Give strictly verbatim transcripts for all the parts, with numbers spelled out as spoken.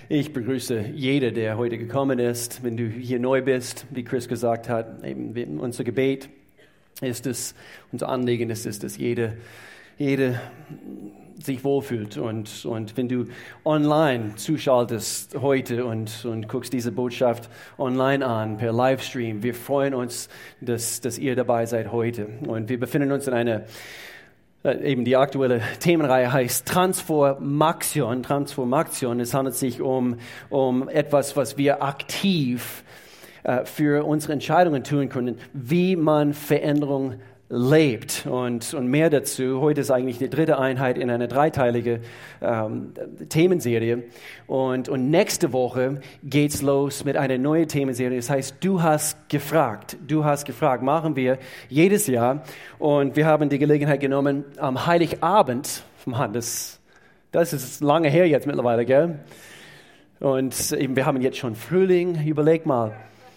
Ich begrüße jede, der heute gekommen ist. Wenn du hier neu bist, wie Chris gesagt hat, eben unser Gebet ist es, unser Anliegen ist es, dass jede, jede sich wohlfühlt. Und, und wenn du online zuschaltest heute und, und guckst diese Botschaft online an, per Livestream, wir freuen uns, dass, dass ihr dabei seid heute. Und wir befinden uns in einer Eben die aktuelle Themenreihe heißt Transformation. Transformation. Es handelt sich um, um etwas, was wir aktiv äh, für unsere Entscheidungen tun können, wie man Veränderung lebt. Und, und mehr dazu. Heute ist eigentlich die dritte Einheit in einer dreiteiligen ähm, Themenserie. Und, und nächste Woche geht's los mit einer neuen Themenserie. Das heißt, du hast gefragt. Du hast gefragt. Machen wir jedes Jahr. Und wir haben die Gelegenheit genommen, am Heiligabend, Mann, das, das ist lange her jetzt mittlerweile, gell? Und eben, wir haben jetzt schon Frühling. Überleg mal.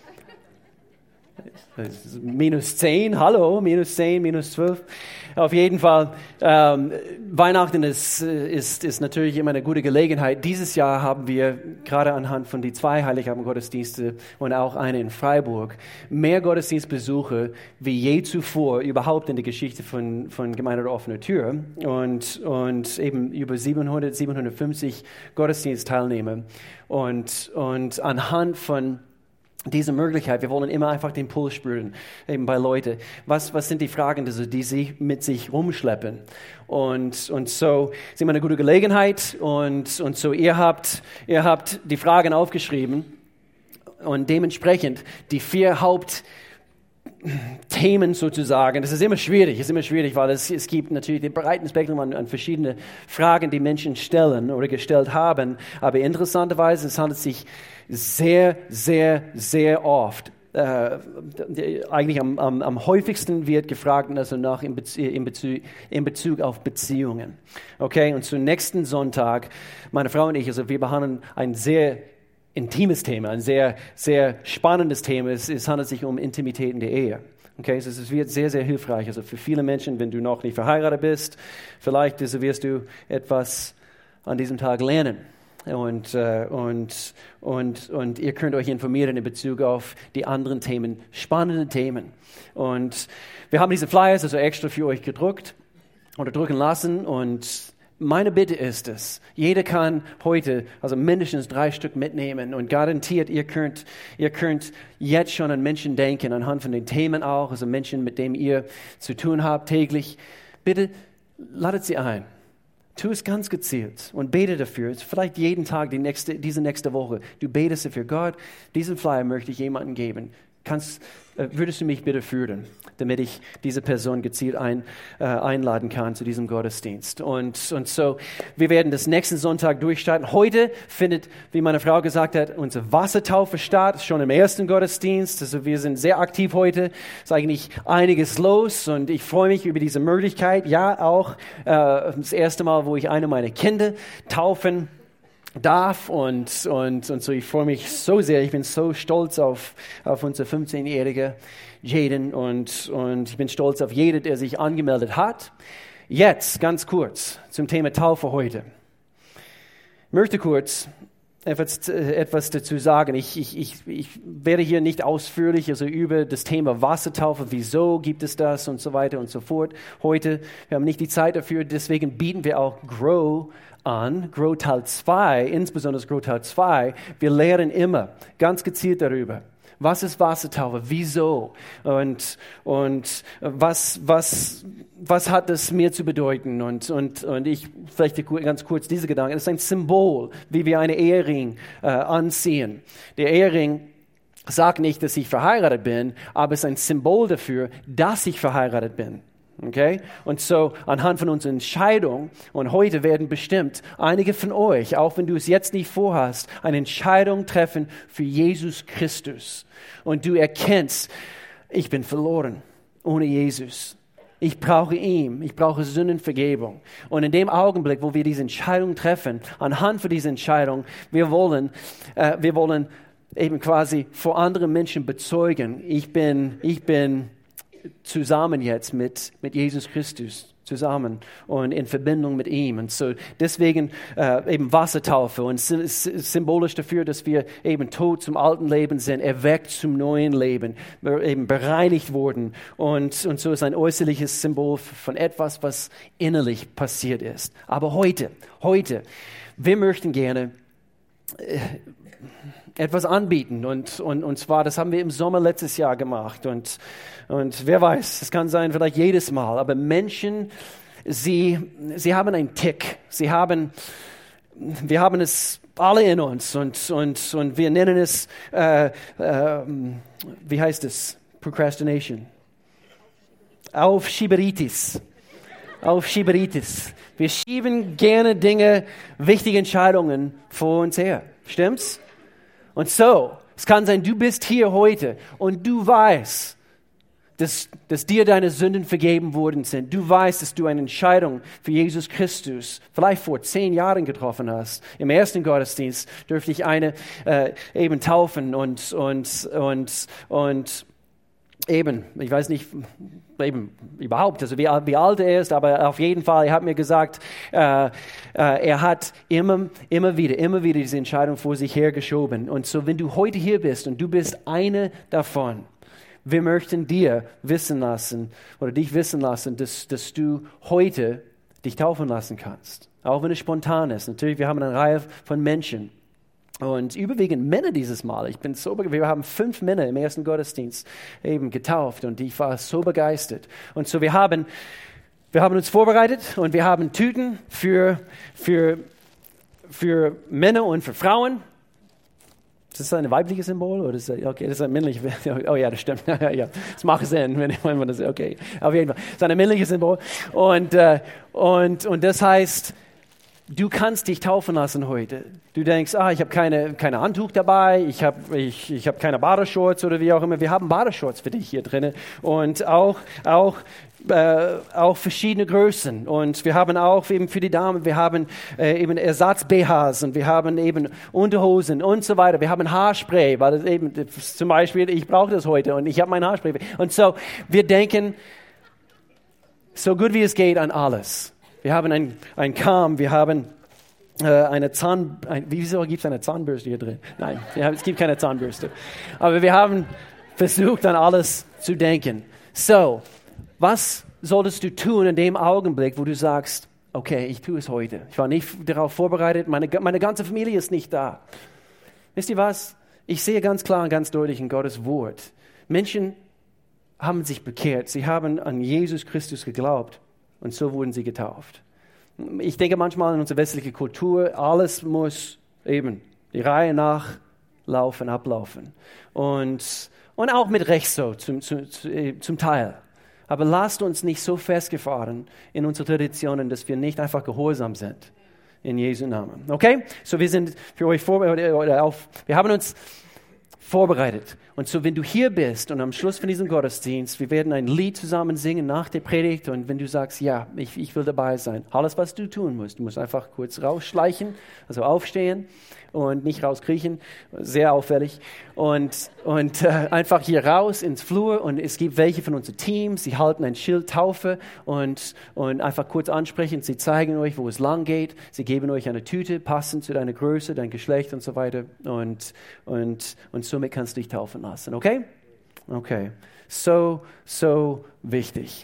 Minus zehn, hallo, minus zehn, minus zwölf. Auf jeden Fall, ähm, Weihnachten ist, ist, ist natürlich immer eine gute Gelegenheit. Dieses Jahr haben wir gerade anhand von die zwei Heiligabend-Gottesdienste und auch eine in Freiburg mehr Gottesdienstbesuche wie je zuvor überhaupt in der Geschichte von, von Gemeinde der offenen Tür und, und eben über siebenhundert, siebenhundertfünfzig Gottesdienstteilnehmer. Und, und anhand von diese Möglichkeit, wir wollen immer einfach den Puls spüren, eben bei Leuten. Was, was sind die Fragen, die, die sie mit sich rumschleppen? Und, und so ist immer eine gute Gelegenheit. Und, und so ihr habt, ihr habt die Fragen aufgeschrieben und dementsprechend die vier Hauptthemen sozusagen. Das ist immer schwierig, ist immer schwierig, weil es, es gibt natürlich den breiten Spektrum an, an verschiedene Fragen, die Menschen stellen oder gestellt haben. Aber interessanterweise, es handelt sich sehr, sehr, sehr oft, äh, eigentlich am, am, am häufigsten wird gefragt, also nach in Bezug, in, Bezug, in Bezug auf Beziehungen. Okay, und zum nächsten Sonntag, meine Frau und ich, also wir behandeln ein sehr intimes Thema, ein sehr, sehr spannendes Thema. Es, es handelt sich um Intimität in der Ehe. Okay, also es wird sehr, sehr hilfreich. Also für viele Menschen, wenn du noch nicht verheiratet bist, vielleicht also wirst du etwas an diesem Tag lernen. Und, äh, und, und, und ihr könnt euch informieren in Bezug auf die anderen Themen, spannende Themen. Und wir haben diese Flyers also extra für euch gedruckt oder drucken lassen. Und meine Bitte ist es, jeder kann heute also mindestens drei Stück mitnehmen und garantiert, ihr könnt, ihr könnt jetzt schon an Menschen denken, anhand von den Themen auch, also Menschen, mit denen ihr zu tun habt täglich. Bitte ladet sie ein. Tu es ganz gezielt und bete dafür. Vielleicht jeden Tag, die nächste, diese nächste Woche. Du betest dafür. Gott, diesen Flyer möchte ich jemandem geben. Kannst, äh, würdest du mich bitte führen, damit ich diese Person gezielt ein, äh, einladen kann zu diesem Gottesdienst. Und, und so, wir werden das nächsten Sonntag durchstarten. Heute findet, wie meine Frau gesagt hat, unsere Wassertaufe statt, schon im ersten Gottesdienst. Also wir sind sehr aktiv heute. Es ist eigentlich einiges los und ich freue mich über diese Möglichkeit. Ja, auch äh, das erste Mal, wo ich eine meiner Kinder taufen darf und, und, und so, ich freue mich so sehr, ich bin so stolz auf, auf unsere fünfzehnjährige Jaden und, und ich bin stolz auf jeden, der sich angemeldet hat. Jetzt, ganz kurz, zum Thema Taufe heute. Ich möchte kurz etwas, etwas dazu sagen. Ich, ich, ich, ich werde hier nicht ausführlich also über das Thema Wassertaufe, wieso gibt es das und so weiter und so fort. Heute, wir haben nicht die Zeit dafür, deswegen bieten wir auch Grow an, Grow Teil zwei, insbesondere Grow Teil zwei. Wir lehren immer ganz gezielt darüber. Was ist Wassertaufe? Wieso? Und, und was, was, was hat es mir zu bedeuten? Und, und, und ich, vielleicht ganz kurz diese Gedanken. Es ist ein Symbol, wie wir einen Ehering äh, anziehen. Der Ehering sagt nicht, dass ich verheiratet bin, aber es ist ein Symbol dafür, dass ich verheiratet bin. Okay? Und so anhand von unserer Entscheidung, und heute werden bestimmt einige von euch, auch wenn du es jetzt nicht vorhast, eine Entscheidung treffen für Jesus Christus. Und du erkennst, ich bin verloren ohne Jesus. Ich brauche ihn, ich brauche Sündenvergebung. Und in dem Augenblick, wo wir diese Entscheidung treffen, anhand von dieser Entscheidung, wir wollen, äh, wir wollen eben quasi vor anderen Menschen bezeugen, ich bin, ich bin zusammen jetzt mit, mit Jesus Christus zusammen und in Verbindung mit ihm. Und so deswegen äh, eben Wassertaufe und symbolisch dafür, dass wir eben tot zum alten Leben sind, erweckt zum neuen Leben, eben bereinigt wurden. Und, und so ist ein äußerliches Symbol von etwas, was innerlich passiert ist. Aber heute, heute, wir möchten gerne äh, etwas anbieten und, und, und zwar, das haben wir im Sommer letztes Jahr gemacht und, und wer weiß, es kann sein vielleicht jedes Mal, aber Menschen, sie, sie haben einen Tick, sie haben, wir haben es alle in uns und, und, und wir nennen es, äh, äh, wie heißt es, Procrastination, Aufschieberitis. Aufschieberitis. Wir schieben gerne Dinge, wichtige Entscheidungen vor uns her. Stimmt's? Und so, es kann sein, du bist hier heute und du weißt, dass, dass dir deine Sünden vergeben worden sind. Du weißt, dass du eine Entscheidung für Jesus Christus vielleicht vor zehn Jahren getroffen hast. Im ersten Gottesdienst dürfte ich eine äh, eben taufen und, und, und, und eben, ich weiß nicht, eben überhaupt, also wie, wie alt er ist, aber auf jeden Fall, er hat mir gesagt, äh, äh, er hat immer, immer wieder, immer wieder diese Entscheidung vor sich hergeschoben. Und so, wenn du heute hier bist und du bist eine davon, wir möchten dir wissen lassen oder dich wissen lassen, dass, dass du heute dich taufen lassen kannst. Auch wenn es spontan ist. Natürlich, wir haben eine Reihe von Menschen. Und überwiegend Männer dieses Mal. Ich bin so begeistert. Wir haben fünf Männer im ersten Gottesdienst eben getauft und ich war so begeistert. Und so wir haben, wir haben uns vorbereitet und wir haben Tüten für, für, für Männer und für Frauen. Ist das ein weibliches Symbol oder ist das, okay, das ist ein männliches? Oh ja, das stimmt. ja, das macht Sinn, wenn, wenn man das, okay. Auf jeden Fall, das ist ein männliches Symbol und äh, und und das heißt, du kannst dich taufen lassen heute. Du denkst, ah, ich habe keine, keine Handtuch dabei, ich habe ich, ich hab keine Badeshorts oder wie auch immer. Wir haben Badeshorts für dich hier drin und auch, auch, äh, auch verschiedene Größen. Und wir haben auch eben für die Damen, wir haben äh, eben Ersatz-B Hs und wir haben eben Unterhosen und so weiter. Wir haben Haarspray, weil das eben zum Beispiel, ich brauche das heute und ich habe mein Haarspray. Und so, wir denken so gut wie es geht an alles. Wir haben ein, ein Kamm, wir haben äh, eine Zahn... Ein, wieso gibt es eine Zahnbürste hier drin? Nein, haben, es gibt keine Zahnbürste. Aber wir haben versucht, an alles zu denken. So, was solltest du tun in dem Augenblick, wo du sagst, okay, ich tue es heute. Ich war nicht darauf vorbereitet, meine, meine ganze Familie ist nicht da. Wisst ihr was? Ich sehe ganz klar und ganz deutlich in Gottes Wort. Menschen haben sich bekehrt. Sie haben an Jesus Christus geglaubt. Und so wurden sie getauft. Ich denke manchmal in unserer westlichen Kultur, alles muss eben die Reihe nach laufen, ablaufen. Und, und auch mit Recht so, zum, zum, zum Teil. Aber lasst uns nicht so festgefahren in unseren Traditionen, dass wir nicht einfach gehorsam sind. In Jesu Namen. Okay? So, wir sind für euch vorbereitet, oder auf, wir haben uns vorbereitet. Und so, wenn du hier bist und am Schluss von diesem Gottesdienst, wir werden ein Lied zusammen singen nach der Predigt und wenn du sagst, ja, ich, ich will dabei sein, alles, was du tun musst, du musst einfach kurz rausschleichen, also aufstehen und nicht rauskriechen, sehr auffällig und, und äh, einfach hier raus ins Flur und es gibt welche von unseren Teams, sie halten ein Schild Taufe und, und einfach kurz ansprechen, sie zeigen euch, wo es lang geht, sie geben euch eine Tüte, passend zu deiner Größe, dein Geschlecht und so weiter und, und, und somit kannst du dich taufen lassen, okay? Okay, so, so wichtig.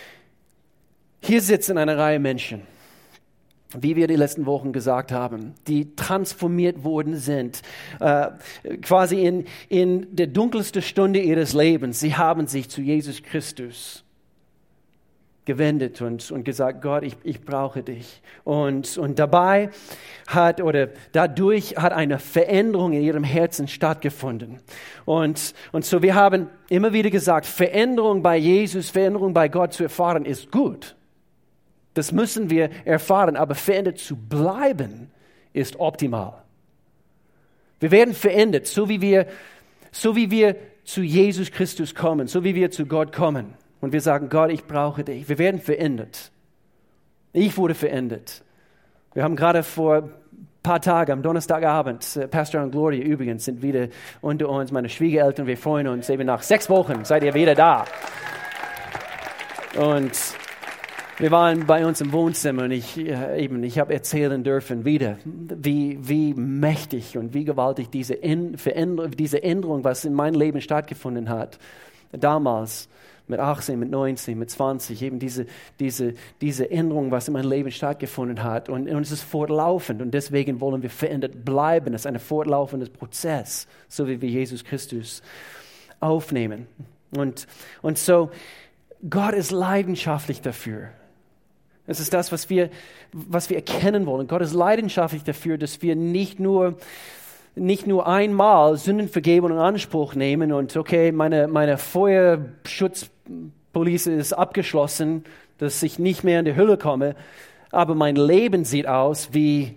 Hier sitzen eine Reihe Menschen, wie wir die letzten Wochen gesagt haben, die transformiert worden sind, äh, quasi in, in der dunkelsten Stunde ihres Lebens. Sie haben sich zu Jesus Christus gewendet und, und gesagt, Gott, ich, ich brauche dich. Und, und dabei hat, oder dadurch hat eine Veränderung in ihrem Herzen stattgefunden. Und, und so wir haben immer wieder gesagt, Veränderung bei Jesus, Veränderung bei Gott zu erfahren, ist gut. Das müssen wir erfahren, aber verändert zu bleiben, ist optimal. Wir werden verändert, so wie wir, so wie wir zu Jesus Christus kommen, so wie wir zu Gott kommen. Und wir sagen, Gott, ich brauche dich. Wir werden verändert. Ich wurde verändert. Wir haben gerade vor ein paar Tagen, am Donnerstagabend, Pastor und Gloria übrigens sind wieder unter uns, meine Schwiegereltern. Wir freuen uns, eben nach sechs Wochen seid ihr wieder da. Und Wir waren bei uns im Wohnzimmer und ich äh, eben, ich habe erzählen dürfen wieder, wie, wie mächtig und wie gewaltig diese, In- Veränder- diese Änderung, was in meinem Leben stattgefunden hat, damals mit achtzehn, mit neunzehn, mit zwanzig, eben diese, diese, diese Änderung, was in meinem Leben stattgefunden hat. Und, und es ist fortlaufend und deswegen wollen wir verändert bleiben. Es ist ein fortlaufendes Prozess, so wie wir Jesus Christus aufnehmen. Und, und so, Gott ist leidenschaftlich dafür. Es ist das, was wir, was wir erkennen wollen. Gott ist leidenschaftlich dafür, dass wir nicht nur, nicht nur einmal Sündenvergebung in Anspruch nehmen und okay, meine, meine Feuerschutzpolice ist abgeschlossen, dass ich nicht mehr in die Hölle komme, aber mein Leben sieht aus wie,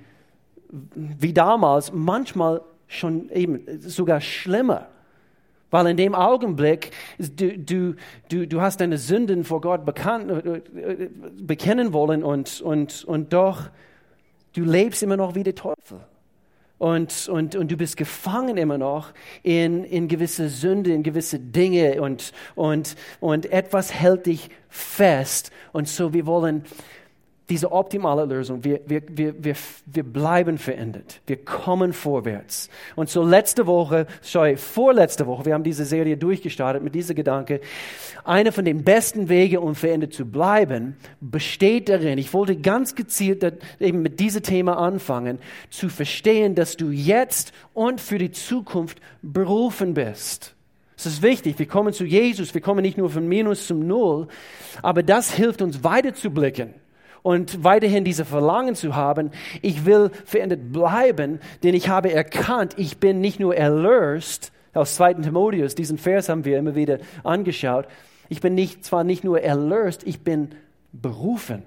wie damals, manchmal schon eben sogar schlimmer. Weil in dem Augenblick, du, du, du, du hast deine Sünden vor Gott bekannt, bekennen wollen und, und, und doch, du lebst immer noch wie der Teufel. Und, und, und du bist gefangen immer noch in, in gewisse Sünde, in gewisse Dinge und, und, und etwas hält dich fest. Und so, wir wollen diese optimale Lösung, wir, wir, wir, wir, wir bleiben verändert, wir kommen vorwärts. Und so letzte Woche, sorry, vorletzte Woche, wir haben diese Serie durchgestartet mit diesem Gedanke, einer von den besten Wegen, um verändert zu bleiben, besteht darin, ich wollte ganz gezielt eben mit diesem Thema anfangen, zu verstehen, dass du jetzt und für die Zukunft berufen bist. Es ist wichtig, wir kommen zu Jesus, wir kommen nicht nur von Minus zum Null, aber das hilft uns weiterzublicken. Und weiterhin diese Verlangen zu haben, ich will verändert bleiben, denn ich habe erkannt, ich bin nicht nur erlöst, aus zweiten Timotheus, diesen Vers haben wir immer wieder angeschaut, ich bin nicht, zwar nicht nur erlöst, ich bin berufen.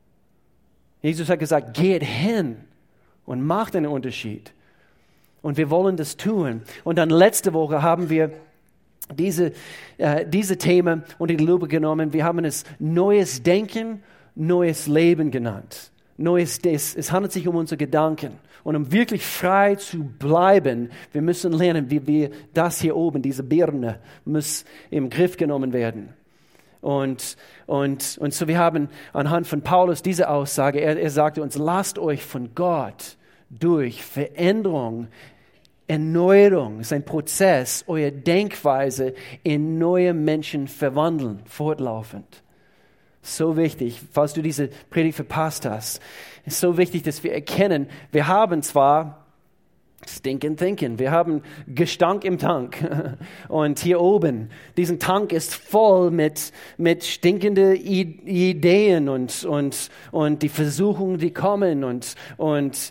Jesus hat gesagt, geht hin und macht einen Unterschied. Und wir wollen das tun. Und dann letzte Woche haben wir diese, äh, diese Themen unter die Lupe genommen. Wir haben es neues Denken, neues Leben genannt. Neues, es, es handelt sich um unsere Gedanken. Und um wirklich frei zu bleiben, wir müssen lernen, wie wir das hier oben, diese Birne, muss im Griff genommen werden. Und, und, und so wir haben anhand von Paulus diese Aussage, er, er sagte uns, lasst euch von Gott durch Veränderung, Erneuerung, ist ein Prozess, eure Denkweise in neue Menschen verwandeln, fortlaufend. So wichtig, falls du diese Predigt verpasst hast, ist so wichtig, dass wir erkennen, wir haben zwar Stinking Thinking, wir haben Gestank im Tank und hier oben, diesen Tank ist voll mit, mit stinkenden I- Ideen und, und, und die Versuchungen, die kommen und, und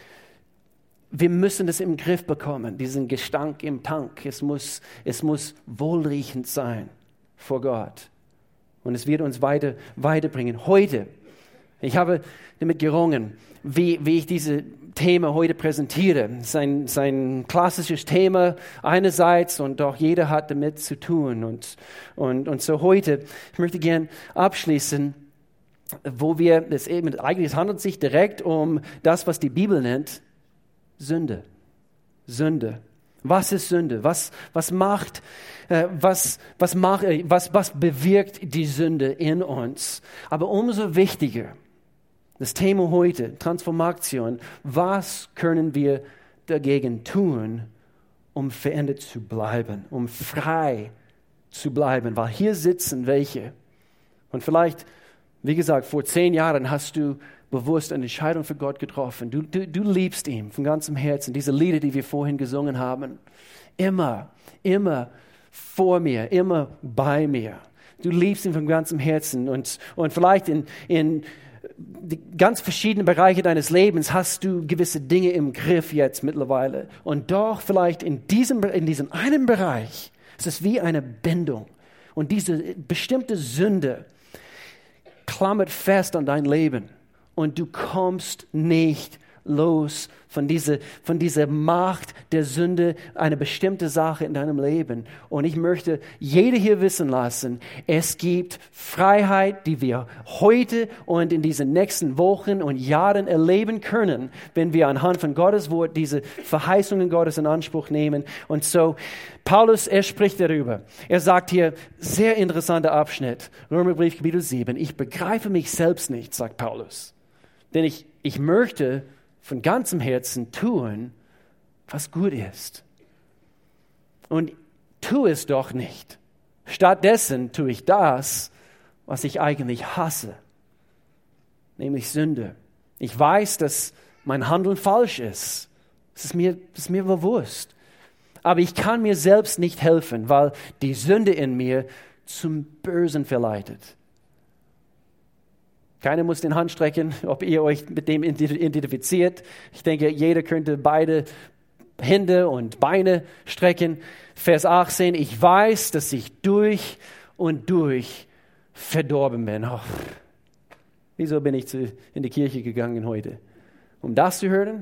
wir müssen das im Griff bekommen, diesen Gestank im Tank. Es muss, es muss wohlriechend sein vor Gott. Und es wird uns weiter, weiterbringen. Heute, ich habe damit gerungen, wie, wie ich diese Thema heute präsentiere. Es ist ein, es ist ein klassisches Thema einerseits und doch jeder hat damit zu tun. Und, und, und so heute, ich möchte gern abschließen, wo wir, das eben, eigentlich es handelt sich direkt um das, was die Bibel nennt, Sünde. Sünde. Was ist Sünde? Was, was macht, äh, was, was macht, äh, was, was bewirkt die Sünde in uns? Aber umso wichtiger, das Thema heute, Transformation, was können wir dagegen tun, um verändert zu bleiben, um frei zu bleiben? Weil hier sitzen welche. Und vielleicht, wie gesagt, vor zehn Jahren hast du bewusst eine Entscheidung für Gott getroffen. Du, du, du liebst ihn von ganzem Herzen. Diese Lieder, die wir vorhin gesungen haben, immer, immer vor mir, immer bei mir. Du liebst ihn von ganzem Herzen und, und vielleicht in, in die ganz verschiedenen Bereiche deines Lebens hast du gewisse Dinge im Griff jetzt mittlerweile. Und doch vielleicht in diesem, in diesem einen Bereich, es ist wie eine Bindung. Und diese bestimmte Sünde klammert fest an dein Leben. Und du kommst nicht los von dieser, von dieser Macht der Sünde eine bestimmte Sache in deinem Leben. Und ich möchte jede hier wissen lassen, es gibt Freiheit, die wir heute und in diesen nächsten Wochen und Jahren erleben können, wenn wir anhand von Gottes Wort diese Verheißungen Gottes in Anspruch nehmen. Und so, Paulus, er spricht darüber. Er sagt hier, sehr interessanter Abschnitt, Römerbrief Kapitel sieben, ich begreife mich selbst nicht, sagt Paulus. Denn ich, ich möchte von ganzem Herzen tun, was gut ist. Und tu es doch nicht. Stattdessen tue ich das, was ich eigentlich hasse, nämlich Sünde. Ich weiß, dass mein Handeln falsch ist. Das ist mir, das ist mir bewusst. Aber ich kann mir selbst nicht helfen, weil die Sünde in mir zum Bösen verleitet. Keiner muss den Hand strecken, ob ihr euch mit dem identifiziert. Ich denke, jeder könnte beide Hände und Beine strecken. Vers achtzehn, ich weiß, dass ich durch und durch verdorben bin. Oh, wieso bin ich zu, in die Kirche gegangen heute? Um das zu hören?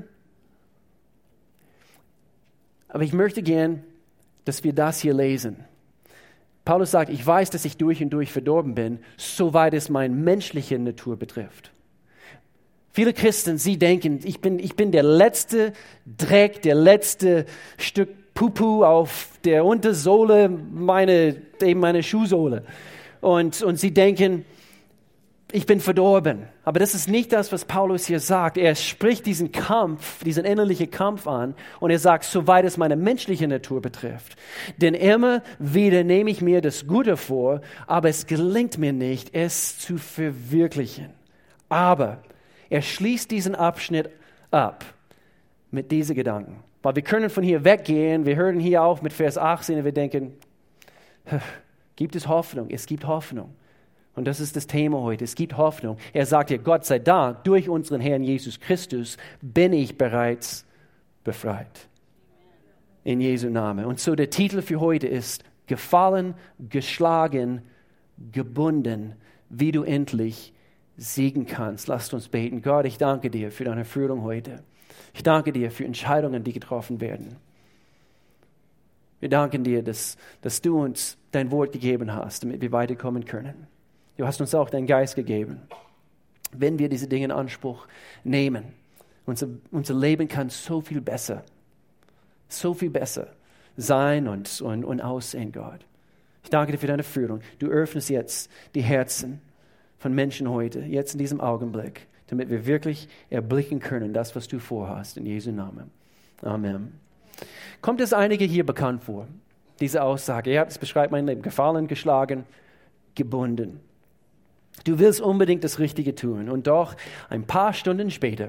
Aber ich möchte gern, dass wir das hier lesen. Paulus sagt, ich weiß, dass ich durch und durch verdorben bin, soweit es meine menschliche Natur betrifft. Viele Christen, sie denken, ich bin, ich bin der letzte Dreck, der letzte Stück Pupu auf der Untersohle, meine, eben meine Schuhsohle. Und, und sie denken, ich bin verdorben. Aber das ist nicht das, was Paulus hier sagt. Er spricht diesen Kampf, diesen innerlichen Kampf an und er sagt, soweit es meine menschliche Natur betrifft. Denn immer wieder nehme ich mir das Gute vor, aber es gelingt mir nicht, es zu verwirklichen. Aber er schließt diesen Abschnitt ab mit diesen Gedanken. Weil wir können von hier weggehen, wir hören hier auf mit Vers achtzehn und wir denken, gibt es Hoffnung? Es gibt Hoffnung. Und das ist das Thema heute. Es gibt Hoffnung. Er sagt hier, Gott sei Dank, durch unseren Herrn Jesus Christus bin ich bereits befreit. In Jesu Namen. Und so der Titel für heute ist, gefallen, geschlagen, gebunden, wie du endlich siegen kannst. Lasst uns beten. Gott, ich danke dir für deine Führung heute. Ich danke dir für Entscheidungen, die getroffen werden. Wir danken dir, dass, dass du uns dein Wort gegeben hast, damit wir weiterkommen können. Du hast uns auch deinen Geist gegeben. Wenn wir diese Dinge in Anspruch nehmen, unser, unser Leben kann so viel besser, so viel besser sein und, und, und aussehen, Gott. Ich danke dir für deine Führung. Du öffnest jetzt die Herzen von Menschen heute, jetzt in diesem Augenblick, damit wir wirklich erblicken können, das, was du vorhast, in Jesu Namen. Amen. Kommt es einige hier bekannt vor, diese Aussage? Ja, es beschreibt mein Leben. Gefallen, geschlagen, gebunden. Du willst unbedingt das Richtige tun und doch ein paar Stunden später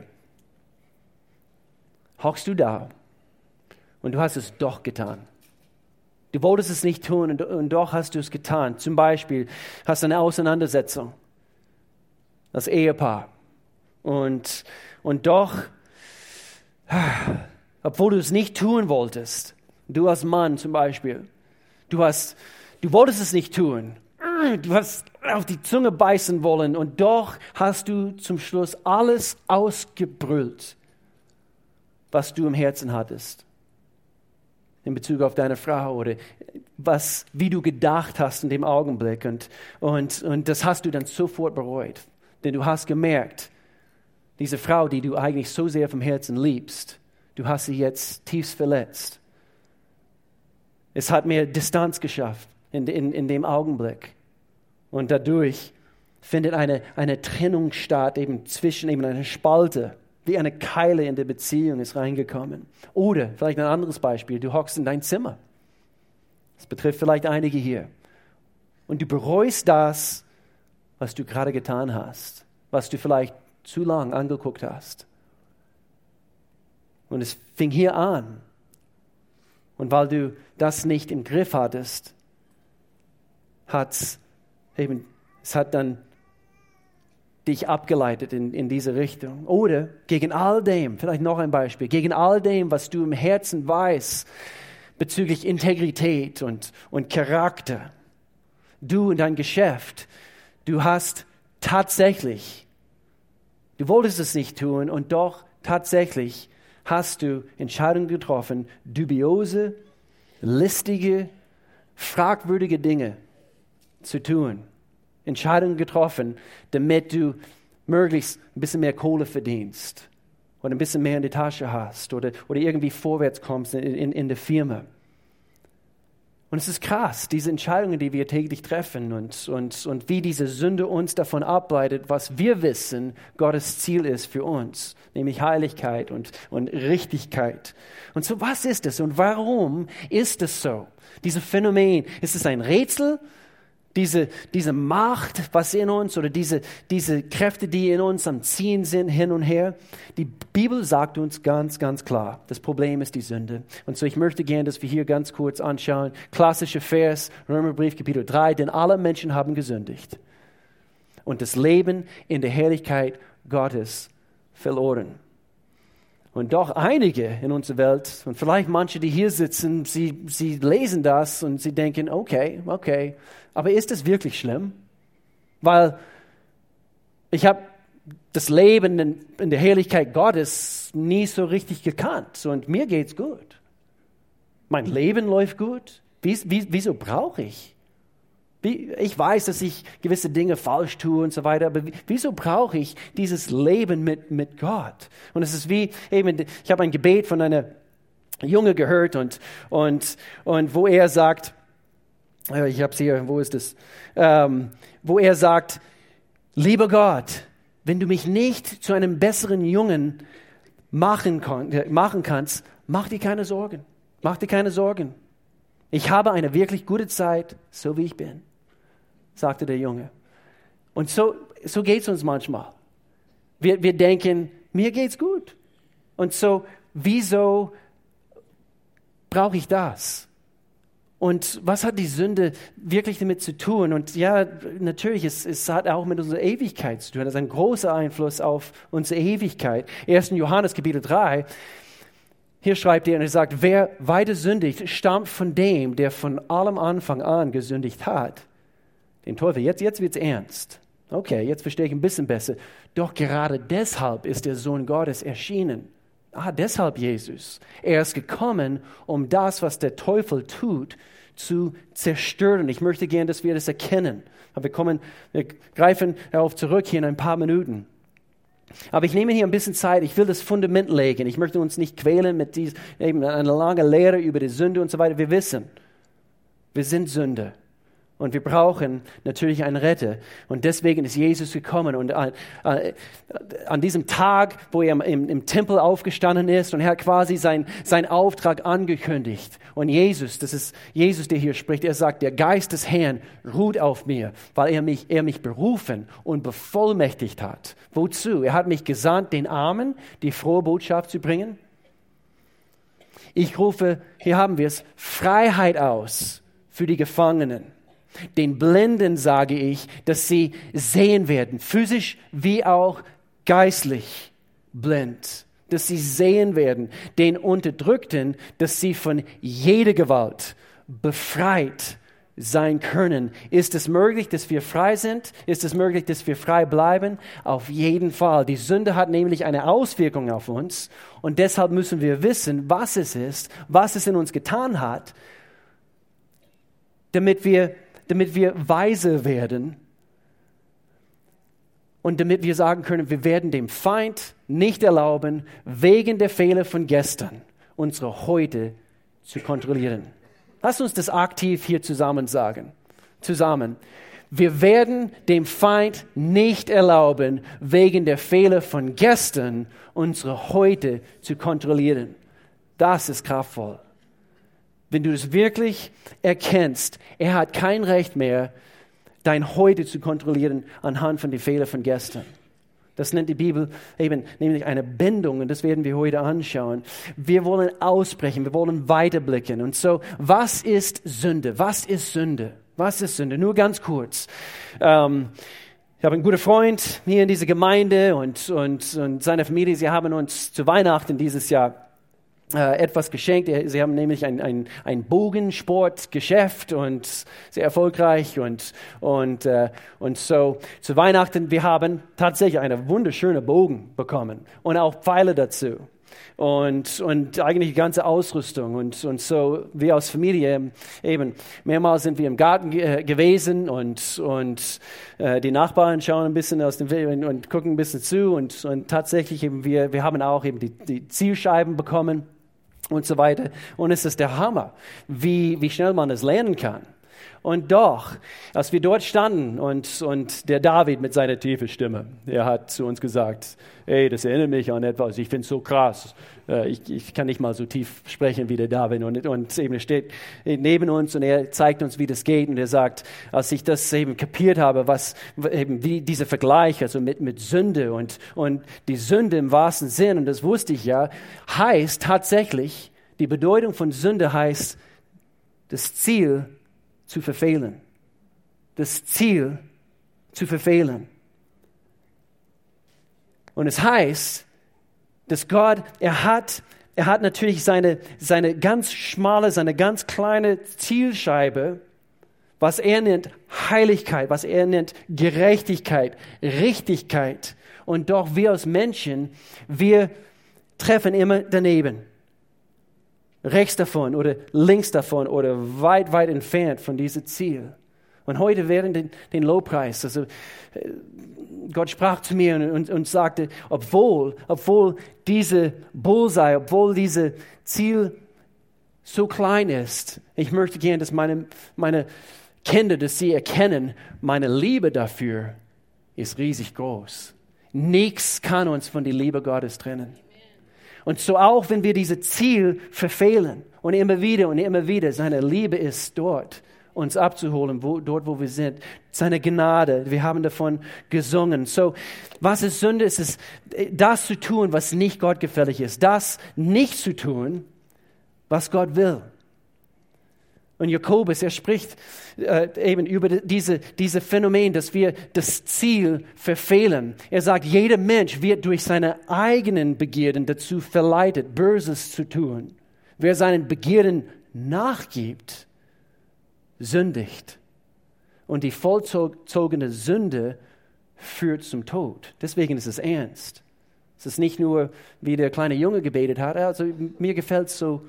hockst du da und du hast es doch getan. Du wolltest es nicht tun und, und doch hast du es getan. Zum Beispiel hast du eine Auseinandersetzung, das Ehepaar und, und doch, obwohl du es nicht tun wolltest, du als Mann zum Beispiel, du, hast, du wolltest es nicht tun, du hast auf die Zunge beißen wollen und doch hast du zum Schluss alles ausgebrüllt, was du im Herzen hattest. In Bezug auf deine Frau oder was, wie du gedacht hast in dem Augenblick. Und, und, und das hast du dann sofort bereut. Denn du hast gemerkt, diese Frau, die du eigentlich so sehr vom Herzen liebst, du hast sie jetzt tiefst verletzt. Es hat mehr Distanz geschafft in, in, in dem Augenblick. Und dadurch findet eine, eine Trennung statt, eben zwischen eben einer Spalte, wie eine Keile in der Beziehung ist reingekommen. Oder vielleicht ein anderes Beispiel, du hockst in dein Zimmer. Das betrifft vielleicht einige hier. Und du bereust das, was du gerade getan hast, was du vielleicht zu lang angeguckt hast. Und es fing hier an. Und weil du das nicht im Griff hattest, hat's eben, es hat dann dich abgeleitet in, in diese Richtung. Oder gegen all dem, vielleicht noch ein Beispiel, gegen all dem, was du im Herzen weißt, bezüglich Integrität und, und Charakter, du und dein Geschäft, du hast tatsächlich, du wolltest es nicht tun und doch tatsächlich hast du Entscheidungen getroffen, dubiose, listige, fragwürdige Dinge zu tun. Entscheidungen getroffen, damit du möglichst ein bisschen mehr Kohle verdienst oder ein bisschen mehr in die Tasche hast oder, oder irgendwie vorwärts kommst in, in, in der Firma. Und es ist krass, diese Entscheidungen, die wir täglich treffen und, und, und wie diese Sünde uns davon ableitet, was wir wissen, Gottes Ziel ist für uns, nämlich Heiligkeit und, und Richtigkeit. Und so, was ist es und warum ist es so? Dieses Phänomen, ist es ein Rätsel? Diese, diese Macht, was in uns oder diese, diese Kräfte, die in uns am Ziehen sind, hin und her. Die Bibel sagt uns ganz, ganz klar, das Problem ist die Sünde. Und so ich möchte gerne, dass wir hier ganz kurz anschauen. Klassischer Vers, Römerbrief, Kapitel drei. Denn alle Menschen haben gesündigt und das Leben in der Herrlichkeit Gottes verloren. Und doch einige in unserer Welt, und vielleicht manche, die hier sitzen, sie, sie lesen das und sie denken, okay, okay, aber ist das wirklich schlimm? Weil ich habe das Leben in, in der Herrlichkeit Gottes nie so richtig gekannt und mir geht's gut. Mein Leben läuft gut. Wie, wie, wieso brauche ich? Wie, ich weiß, dass ich gewisse Dinge falsch tue und so weiter, aber wieso brauche ich dieses Leben mit, mit Gott? Und es ist wie, eben, ich habe ein Gebet von einer Junge gehört und, und, und wo er sagt, ich habe es hier, wo ist es? Ähm, wo er sagt, lieber Gott, wenn du mich nicht zu einem besseren Jungen machen, kann, machen kannst, mach dir keine Sorgen. Mach dir keine Sorgen. Ich habe eine wirklich gute Zeit, so wie ich bin, sagte der Junge. Und so, so geht es uns manchmal. Wir, wir denken, mir geht's gut. Und so, wieso brauche ich das? Und was hat die Sünde wirklich damit zu tun? Und ja, natürlich, es, es hat auch mit unserer Ewigkeit zu tun. Das ist ein großer Einfluss auf unsere Ewigkeit. erster Johannes Kapitel drei, hier schreibt er und er sagt, wer weiter sündigt, stammt von dem, der von allem Anfang an gesündigt hat. Den Teufel, jetzt, jetzt wird es ernst. Okay, jetzt verstehe ich ein bisschen besser. Doch gerade deshalb ist der Sohn Gottes erschienen. Ah, deshalb Jesus. Er ist gekommen, um das, was der Teufel tut, zu zerstören. Ich möchte gerne, dass wir das erkennen. Aber wir kommen, wir greifen darauf zurück hier in ein paar Minuten. Aber ich nehme hier ein bisschen Zeit. Ich will das Fundament legen. Ich möchte uns nicht quälen mit dies, eben einer langen Lehre über die Sünde und so weiter. Wir wissen, wir sind Sünder. Und wir brauchen natürlich einen Retter. Und deswegen ist Jesus gekommen. Und an, an diesem Tag, wo er im, im Tempel aufgestanden ist und er hat quasi sein, seinen Auftrag angekündigt. Und Jesus, das ist Jesus, der hier spricht, er sagt, der Geist des Herrn ruht auf mir, weil er mich, er mich berufen und bevollmächtigt hat. Wozu? Er hat mich gesandt, den Armen die frohe Botschaft zu bringen. Ich rufe, hier haben wir es, Freiheit aus für die Gefangenen. Den Blinden sage ich, dass sie sehen werden, physisch wie auch geistlich blind, dass sie sehen werden. Den Unterdrückten, dass sie von jeder Gewalt befreit sein können. Ist es möglich, dass wir frei sind? Ist es möglich, dass wir frei bleiben? Auf jeden Fall. Die Sünde hat nämlich eine Auswirkung auf uns und deshalb müssen wir wissen, was es ist, was es in uns getan hat, damit wir damit wir weise werden und damit wir sagen können, wir werden dem Feind nicht erlauben, wegen der Fehler von gestern unsere Heute zu kontrollieren. Lass uns das aktiv hier zusammen sagen. Zusammen. Wir werden dem Feind nicht erlauben, wegen der Fehler von gestern unsere Heute zu kontrollieren. Das ist kraftvoll. Wenn du es wirklich erkennst, er hat kein Recht mehr, dein Heute zu kontrollieren anhand von den Fehlern von gestern. Das nennt die Bibel eben nämlich eine Bindung und das werden wir heute anschauen. Wir wollen ausbrechen, wir wollen weiterblicken. Und so, was ist Sünde? Was ist Sünde? Was ist Sünde? Nur ganz kurz. Ähm, ich habe einen guten Freund hier in dieser Gemeinde und, und, und seine Familie, sie haben uns zu Weihnachten dieses Jahr Äh, etwas geschenkt. Sie haben nämlich ein, ein, ein Bogensportgeschäft und sehr erfolgreich und, und, äh, und so zu Weihnachten, wir haben tatsächlich einen wunderschönen Bogen bekommen und auch Pfeile dazu. und, und eigentlich die ganze Ausrüstung. Und, und so, wir als Familie, eben, mehrmals sind wir im Garten ge- gewesen und, und äh, die Nachbarn schauen ein bisschen aus dem Weg und, und gucken ein bisschen zu. Und, und tatsächlich, eben, wir, wir haben auch eben die, die Zielscheiben bekommen und so weiter. Und es ist der Hammer, wie, wie schnell man es lernen kann. Und doch, als wir dort standen und, und der David mit seiner tiefen Stimme, er hat zu uns gesagt, hey, das erinnert mich an etwas, ich finde es so krass, ich, ich kann nicht mal so tief sprechen wie der David. Und, und eben er steht neben uns und er zeigt uns, wie das geht. Und er sagt, als ich das eben kapiert habe, was eben wie dieser Vergleich, also mit, mit Sünde und, und die Sünde im wahrsten Sinn, und das wusste ich ja, heißt tatsächlich, die Bedeutung von Sünde heißt, das Ziel zu verfehlen. Das Ziel zu verfehlen. Und es heißt, dass Gott, er hat, er hat natürlich seine, seine ganz schmale, seine ganz kleine Zielscheibe, was er nennt Heiligkeit, was er nennt Gerechtigkeit, Richtigkeit. Und doch wir als Menschen, wir treffen immer daneben. Rechts davon oder links davon oder weit, weit entfernt von diesem Ziel. Und heute während den, den Lobpreis, also Gott sprach zu mir und, und, und sagte, obwohl, obwohl diese Bullseye, obwohl dieses Ziel so klein ist, ich möchte gerne, dass meine, meine Kinder, dass sie erkennen, meine Liebe dafür ist riesig groß. Nichts kann uns von der Liebe Gottes trennen. Und so auch, wenn wir dieses Ziel verfehlen und immer wieder und immer wieder, seine Liebe ist dort, uns abzuholen, wo, dort, wo wir sind. Seine Gnade, wir haben davon gesungen. So, was ist Sünde? Es ist das zu tun, was nicht gottgefällig ist. Das nicht zu tun, was Gott will. Und Jakobus, er spricht äh, eben über diese, diese Phänomen, dass wir das Ziel verfehlen. Er sagt, jeder Mensch wird durch seine eigenen Begierden dazu verleitet, Böses zu tun. Wer seinen Begierden nachgibt, sündigt. Und die vollzogene Sünde führt zum Tod. Deswegen ist es ernst. Es ist nicht nur, wie der kleine Junge gebetet hat, also mir gefällt es so,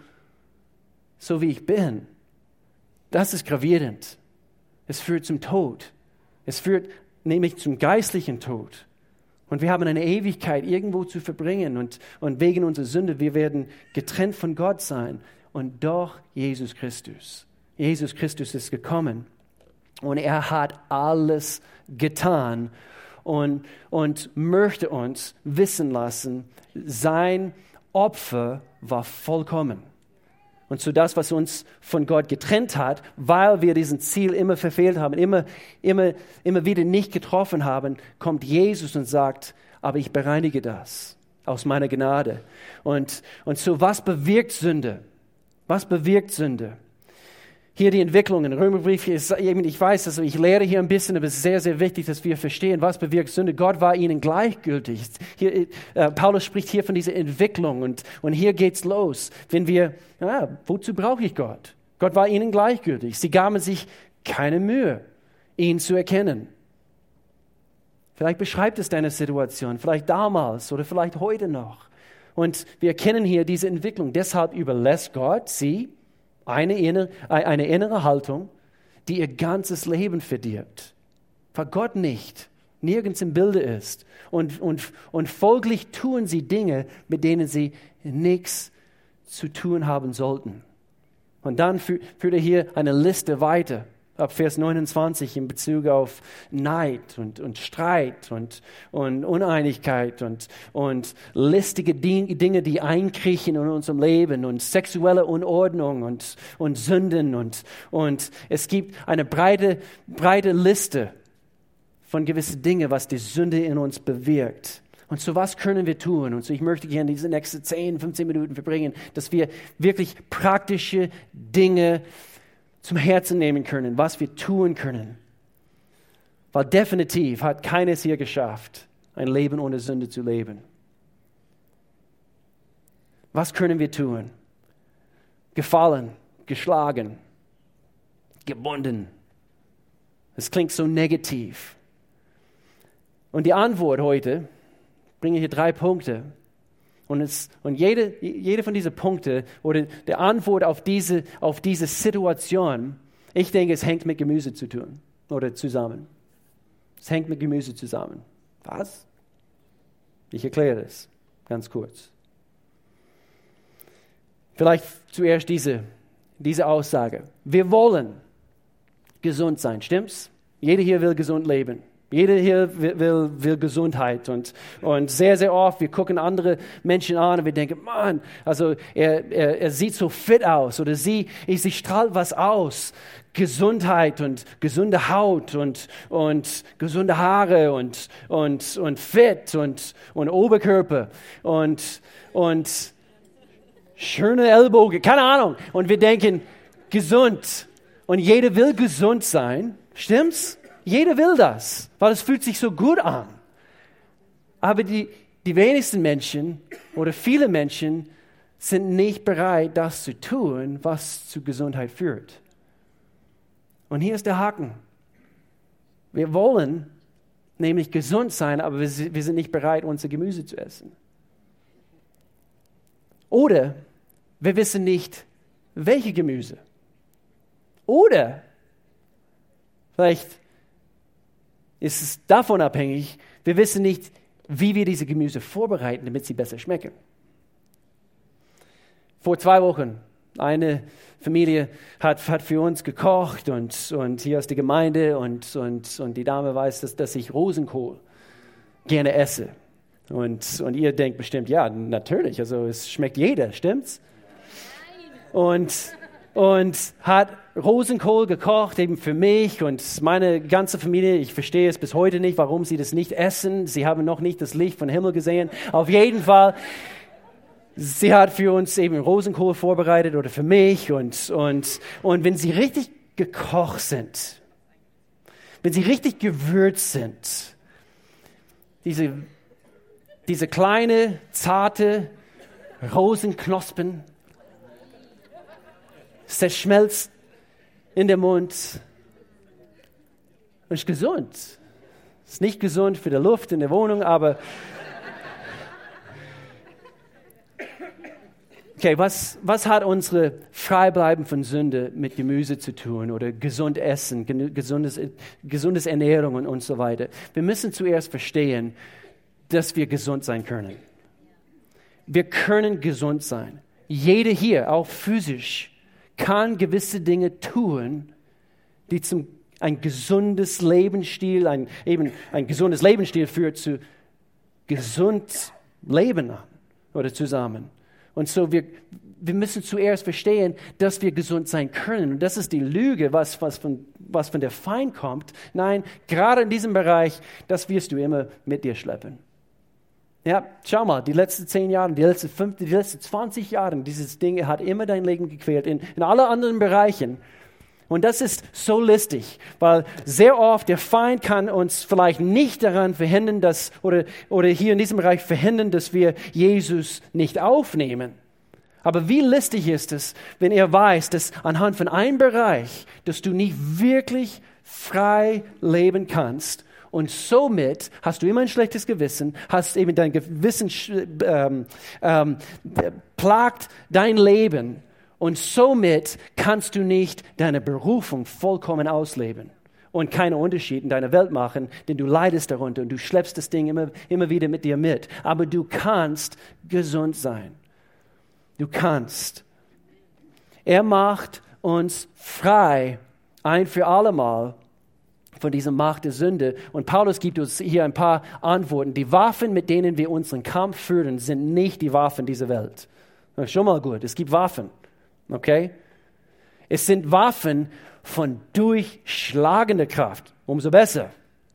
so wie ich bin. Das ist gravierend. Es führt zum Tod. Es führt nämlich zum geistlichen Tod. Und wir haben eine Ewigkeit irgendwo zu verbringen. Und, und wegen unserer Sünde, wir werden getrennt von Gott sein. Und doch Jesus Christus. Jesus Christus ist gekommen. Und er hat alles getan. Und, und möchte uns wissen lassen, sein Opfer war vollkommen. Und so das, was uns von Gott getrennt hat, weil wir diesen Ziel immer verfehlt haben, immer, immer, immer wieder nicht getroffen haben, kommt Jesus und sagt, aber ich bereinige das aus meiner Gnade. Und, und so was bewirkt Sünde? Was bewirkt Sünde? Hier die Entwicklung in Römerbrief, ist, ich weiß, also ich lehre hier ein bisschen, aber es ist sehr, sehr wichtig, dass wir verstehen, was bewirkt Sünde. Gott war ihnen gleichgültig. Hier, äh, Paulus spricht hier von dieser Entwicklung und, und hier geht's los. Wenn wir, ja, wozu brauche ich Gott? Gott war ihnen gleichgültig. Sie gaben sich keine Mühe, ihn zu erkennen. Vielleicht beschreibt es deine Situation, vielleicht damals oder vielleicht heute noch. Und wir erkennen hier diese Entwicklung. Deshalb überlässt Gott sie Eine innere, eine innere Haltung, die ihr ganzes Leben verdirbt. Weil Gott nicht, nirgends im Bilde ist. Und, und, und folglich tun sie Dinge, mit denen sie nichts zu tun haben sollten. Und dann führt er hier eine Liste weiter. Ab Vers neunundzwanzig in Bezug auf Neid und, und Streit und, und Uneinigkeit und, und listige Dinge, die einkriechen in unserem Leben und sexuelle Unordnung und, und Sünden. Und, und es gibt eine breite, breite Liste von gewissen Dingen, was die Sünde in uns bewirkt. Und so was können wir tun? Und so ich möchte gerne diese nächsten zehn, fünfzehn Minuten verbringen, dass wir wirklich praktische Dinge zum Herzen nehmen können, was wir tun können. Weil definitiv hat keines hier geschafft, ein Leben ohne Sünde zu leben. Was können wir tun? Gefallen, geschlagen, gebunden. Es klingt so negativ. Und die Antwort heute, ich bringe hier drei Punkte. Und, es, und jede, jede von diesen Punkten oder die Antwort auf diese, auf diese Situation, ich denke, es hängt mit Gemüse zu tun oder zusammen. Es hängt mit Gemüse zusammen. Was? Ich erkläre es ganz kurz. Vielleicht zuerst diese, diese Aussage. Wir wollen gesund sein, stimmt's? Jeder hier will gesund leben. Jeder hier will, will, will Gesundheit und, und sehr, sehr oft, wir gucken andere Menschen an und wir denken, Mann, also er, er, er sieht so fit aus oder sie, sie strahlt was aus. Gesundheit und gesunde Haut und, und gesunde Haare und, und, und fit und, und Oberkörper und, und schöne Ellbogen, keine Ahnung. Und wir denken, gesund. Und jeder will gesund sein, stimmt's? Jeder will das, weil es fühlt sich so gut an. Aber die, die wenigsten Menschen oder viele Menschen sind nicht bereit, das zu tun, was zu Gesundheit führt. Und hier ist der Haken. Wir wollen nämlich gesund sein, aber wir, wir sind nicht bereit, unser Gemüse zu essen. Oder wir wissen nicht, welche Gemüse. Oder vielleicht ist es davon abhängig, wir wissen nicht, wie wir diese Gemüse vorbereiten, damit sie besser schmecken. Vor zwei Wochen, eine Familie hat, hat für uns gekocht und, und hier ist die Gemeinde und, und, und die Dame weiß, dass, dass ich Rosenkohl gerne esse. Und, und ihr denkt bestimmt, ja, natürlich, also es schmeckt jeder, stimmt's? Und Und hat Rosenkohl gekocht, eben für mich und meine ganze Familie. Ich verstehe es bis heute nicht, warum sie das nicht essen. Sie haben noch nicht das Licht vom Himmel gesehen. Auf jeden Fall, sie hat für uns eben Rosenkohl vorbereitet oder für mich. Und, und, und wenn sie richtig gekocht sind, wenn sie richtig gewürzt sind, diese, diese kleine, zarte Rosenknospen, es zerschmelzt in den Mund und ist gesund. Es ist nicht gesund für die Luft in der Wohnung, aber okay, was, was hat unsere Freibleiben von Sünde mit Gemüse zu tun oder gesund essen, gesundes, gesundes Ernährung und, und so weiter? Wir müssen zuerst verstehen, dass wir gesund sein können. Wir können gesund sein. Jeder hier, auch physisch, kann gewisse Dinge tun, die zum ein gesundes Lebensstil, ein eben ein gesundes Lebensstil führt zu gesund Leben an oder zusammen. Und so wir wir müssen zuerst verstehen, dass wir gesund sein können. Und das ist die Lüge, was was von was von der Feind kommt. Nein, gerade in diesem Bereich, das wirst du immer mit dir schleppen. Ja, schau mal, die letzten zehn Jahre, die letzten fünf, die letzten zwanzig Jahre, dieses Ding hat immer dein Leben gequält, in, in alle anderen Bereichen. Und das ist so listig, weil sehr oft der Feind kann uns vielleicht nicht daran verhindern, dass, oder, oder hier in diesem Bereich verhindern, dass wir Jesus nicht aufnehmen. Aber wie listig ist es, wenn er weiß, dass anhand von einem Bereich, dass du nicht wirklich frei leben kannst, und somit hast du immer ein schlechtes Gewissen, hast eben dein Gewissen ähm, ähm, plagt dein Leben und somit kannst du nicht deine Berufung vollkommen ausleben und keinen Unterschied in deiner Welt machen, denn du leidest darunter und du schleppst das Ding immer, immer wieder mit dir mit. Aber du kannst gesund sein. Du kannst. Er macht uns frei, ein für allemal, von dieser Macht der Sünde. Und Paulus gibt uns hier ein paar Antworten. Die Waffen, mit denen wir unseren Kampf führen, sind nicht die Waffen dieser Welt. Schon mal gut, es gibt Waffen, okay? Es sind Waffen von durchschlagender Kraft, umso besser,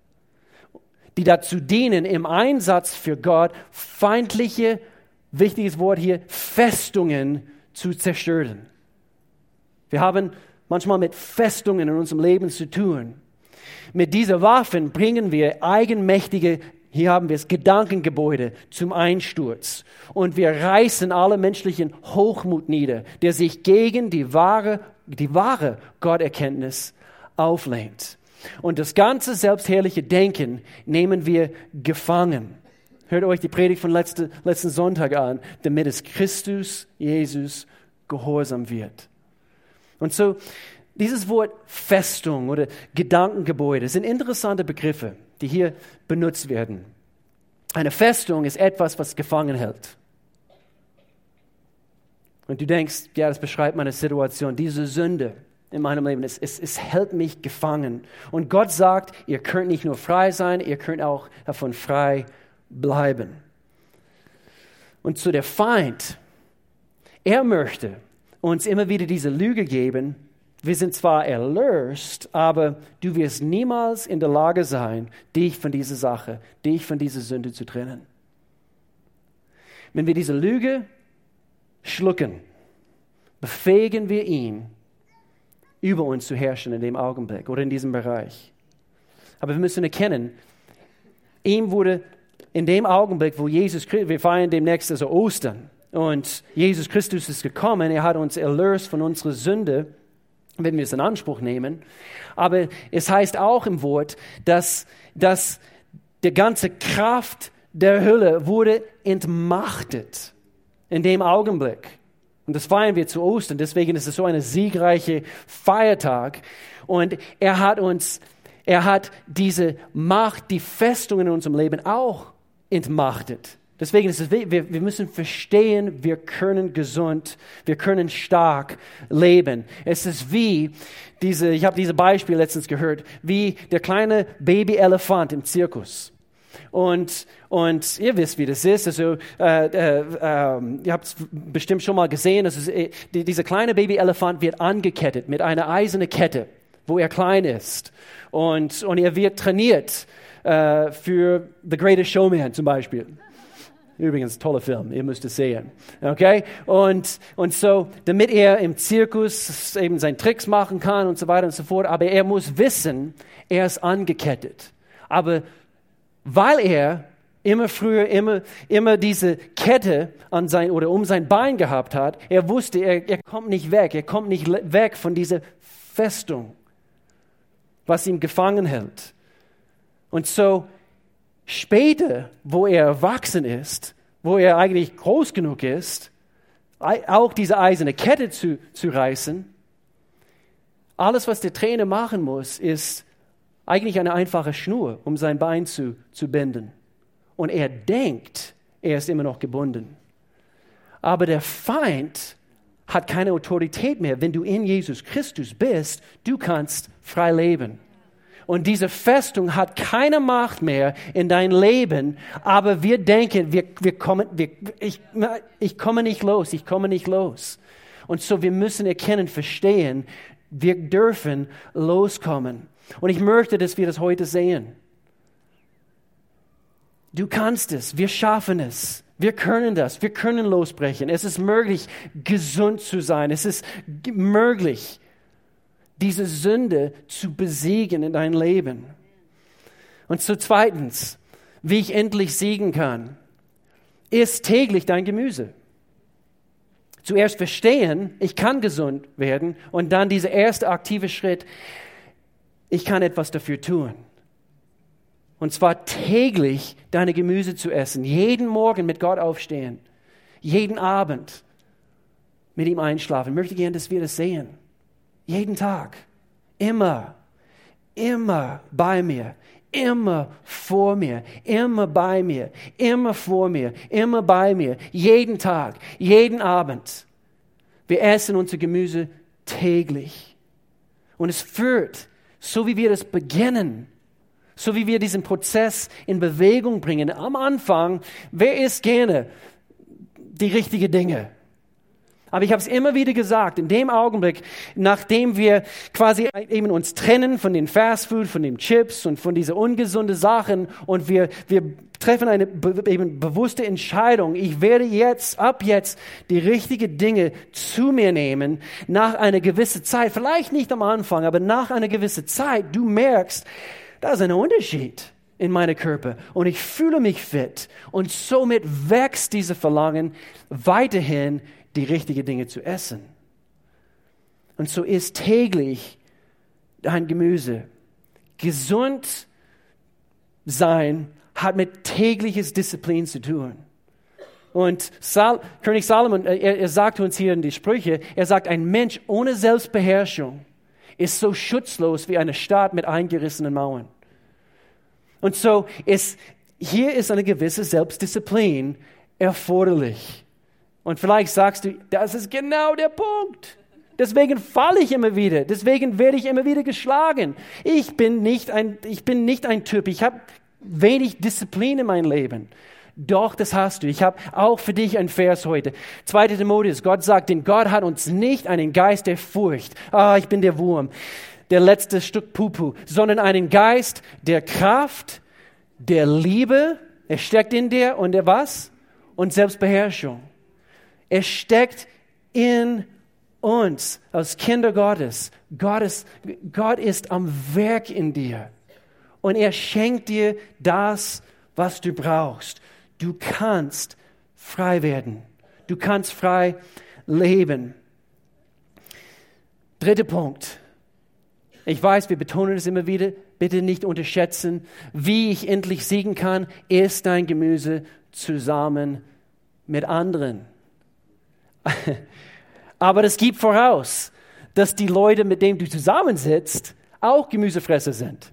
die dazu dienen, im Einsatz für Gott feindliche, wichtiges Wort hier, Festungen zu zerstören. Wir haben manchmal mit Festungen in unserem Leben zu tun. Mit diesen Waffen bringen wir eigenmächtige, hier haben wir es, Gedankengebäude zum Einsturz. Und wir reißen alle menschlichen Hochmut nieder, der sich gegen die wahre, die wahre Gotterkenntnis auflehnt. Und das ganze selbstherrliche Denken nehmen wir gefangen. Hört euch die Predigt von letzte, letzten Sonntag an, damit es Christus, Jesus, gehorsam wird. Und so, dieses Wort Festung oder Gedankengebäude sind interessante Begriffe, die hier benutzt werden. Eine Festung ist etwas, was gefangen hält. Und du denkst, ja, das beschreibt meine Situation, diese Sünde in meinem Leben, es, es, es hält mich gefangen. Und Gott sagt, ihr könnt nicht nur frei sein, ihr könnt auch davon frei bleiben. Und zu der Feind, er möchte uns immer wieder diese Lüge geben, wir sind zwar erlöst, aber du wirst niemals in der Lage sein, dich von dieser Sache, dich von dieser Sünde zu trennen. Wenn wir diese Lüge schlucken, befähigen wir ihn, über uns zu herrschen in dem Augenblick oder in diesem Bereich. Aber wir müssen erkennen, ihm wurde in dem Augenblick, wo Jesus Christus, wir feiern demnächst also Ostern, und Jesus Christus ist gekommen, er hat uns erlöst von unserer Sünde, wenn wir es in Anspruch nehmen. Aber es heißt auch im Wort, dass, dass die ganze Kraft der Hölle wurde entmachtet in dem Augenblick. Und das feiern wir zu Ostern. Deswegen ist es so ein siegreicher Feiertag. Und er hat uns, er hat diese Macht, die Festung in unserem Leben auch entmachtet. Deswegen ist es, wir, wir müssen verstehen, wir können gesund, wir können stark leben. Es ist wie diese, ich habe diese Beispiel letztens gehört, wie der kleine Baby-Elefant im Zirkus. Und, und ihr wisst, wie das ist. Also, äh, äh, äh, ihr habt es bestimmt schon mal gesehen. Also, äh, die, dieser kleine Baby-Elefant wird angekettet mit einer eisernen Kette, wo er klein ist. Und, und er wird trainiert äh, für The Greatest Showman zum Beispiel. Übrigens, toller Film, ihr müsst es sehen. Okay? Und, und so, damit er im Zirkus eben seine Tricks machen kann und so weiter und so fort. Aber er muss wissen, er ist angekettet. Aber weil er immer früher, immer, immer diese Kette an sein, oder um sein Bein gehabt hat, er wusste, er, er kommt nicht weg. Er kommt nicht weg von dieser Festung, was ihn gefangen hält. Und so, später, wo er erwachsen ist, wo er eigentlich groß genug ist, auch diese eiserne Kette zu, zu reißen, alles, was der Trainer machen muss, ist eigentlich eine einfache Schnur, um sein Bein zu, zu binden. Und er denkt, er ist immer noch gebunden. Aber der Feind hat keine Autorität mehr. Wenn du in Jesus Christus bist, du kannst frei leben. Und diese Festung hat keine Macht mehr in dein Leben, aber wir denken, wir, wir kommen, wir, ich, ich komme nicht los, ich komme nicht los. Und so wir müssen erkennen, verstehen, wir dürfen loskommen. Und ich möchte, dass wir das heute sehen. Du kannst es, wir schaffen es. Wir können das, wir können losbrechen. Es ist möglich, gesund zu sein. Es ist möglich, diese Sünde zu besiegen in dein Leben. Und so zweitens, wie ich endlich siegen kann, isst täglich dein Gemüse. Zuerst verstehen, ich kann gesund werden, und dann dieser erste aktive Schritt, ich kann etwas dafür tun. Und zwar täglich deine Gemüse zu essen, jeden Morgen mit Gott aufstehen, jeden Abend mit ihm einschlafen. Ich möchte gerne, dass wir das sehen. Jeden Tag, immer, immer bei mir, immer vor mir, immer bei mir, immer vor mir, immer bei mir, jeden Tag, jeden Abend. Wir essen unser Gemüse täglich. Und es führt, so wie wir das beginnen, so wie wir diesen Prozess in Bewegung bringen. Am Anfang, wer isst gerne die richtigen Dinge? Aber ich habe es immer wieder gesagt, in dem Augenblick, nachdem wir quasi eben uns trennen von den Fastfood, von den Chips und von diesen ungesunden Sachen, und wir, wir treffen eine be- eben bewusste Entscheidung, ich werde jetzt, ab jetzt, die richtigen Dinge zu mir nehmen, nach einer gewissen Zeit, vielleicht nicht am Anfang, aber nach einer gewissen Zeit, du merkst, da ist ein Unterschied in meinem Körper und ich fühle mich fit, und somit wächst dieses Verlangen weiterhin, die richtigen Dinge zu essen. Und so isst täglich dein Gemüse. Gesund sein hat mit tägliches Disziplin zu tun. Und Sal- König Salomon, er, er sagt uns hier in die Sprüche, er sagt, ein Mensch ohne Selbstbeherrschung ist so schutzlos wie eine Stadt mit eingerissenen Mauern. Und so ist, hier ist eine gewisse Selbstdisziplin erforderlich. Und vielleicht sagst du, das ist genau der Punkt. Deswegen falle ich immer wieder. Deswegen werde ich immer wieder geschlagen. Ich bin nicht ein, ich bin nicht ein Typ. Ich habe wenig Disziplin in meinem Leben. Doch, das hast du. Ich habe auch für dich einen Vers heute. zweiter Timotheus, Gott sagt, denn Gott hat uns nicht einen Geist der Furcht. Ah, ich bin der Wurm, der letzte Stück Pupu, sondern einen Geist der Kraft, der Liebe. Er steckt in dir und der was? Und Selbstbeherrschung. Er steckt in uns als Kinder Gottes. Gott ist, Gott ist am Werk in dir. Und er schenkt dir das, was du brauchst. Du kannst frei werden. Du kannst frei leben. Dritter Punkt. Ich weiß, wir betonen es immer wieder. Bitte nicht unterschätzen. Wie ich endlich siegen kann, ist dein Gemüse zusammen mit anderen. Aber das gibt voraus, dass die Leute, mit denen du zusammensitzt, auch Gemüsefresser sind.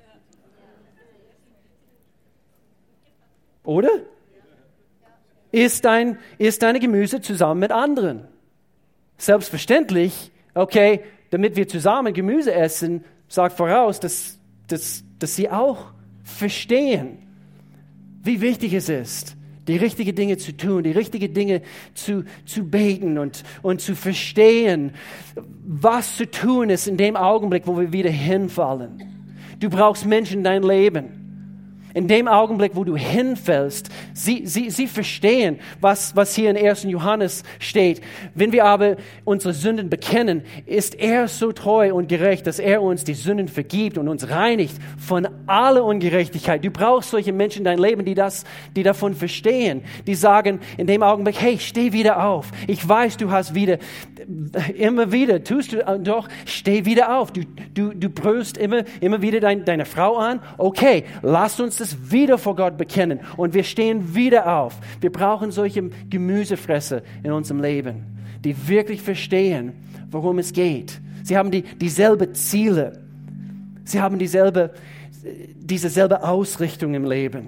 Oder? Ist dein, ist deine Gemüse zusammen mit anderen? Selbstverständlich, okay, damit wir zusammen Gemüse essen, sagt voraus, dass, dass, dass sie auch verstehen, wie wichtig es ist, die richtigen Dinge zu tun, die richtigen Dinge zu, zu beten und, und zu verstehen, was zu tun ist in dem Augenblick, wo wir wieder hinfallen. Du brauchst Menschen in dein Leben. In dem Augenblick, wo du hinfällst, sie, sie, sie verstehen, was, was hier in ersten Johannes steht. Wenn wir aber unsere Sünden bekennen, ist er so treu und gerecht, dass er uns die Sünden vergibt und uns reinigt von aller Ungerechtigkeit. Du brauchst solche Menschen in deinem Leben, die das, die davon verstehen, die sagen in dem Augenblick, hey, steh wieder auf. Ich weiß, du hast wieder, immer wieder, tust du doch, steh wieder auf. Du, du, du brüllst immer, immer wieder dein, deine Frau an. Okay, lass uns das wieder vor Gott bekennen und wir stehen wieder auf. Wir brauchen solche Gemüsefresser in unserem Leben, die wirklich verstehen, worum es geht. Sie haben die, dieselbe Ziele. Sie haben dieselbe, dieselbe Ausrichtung im Leben.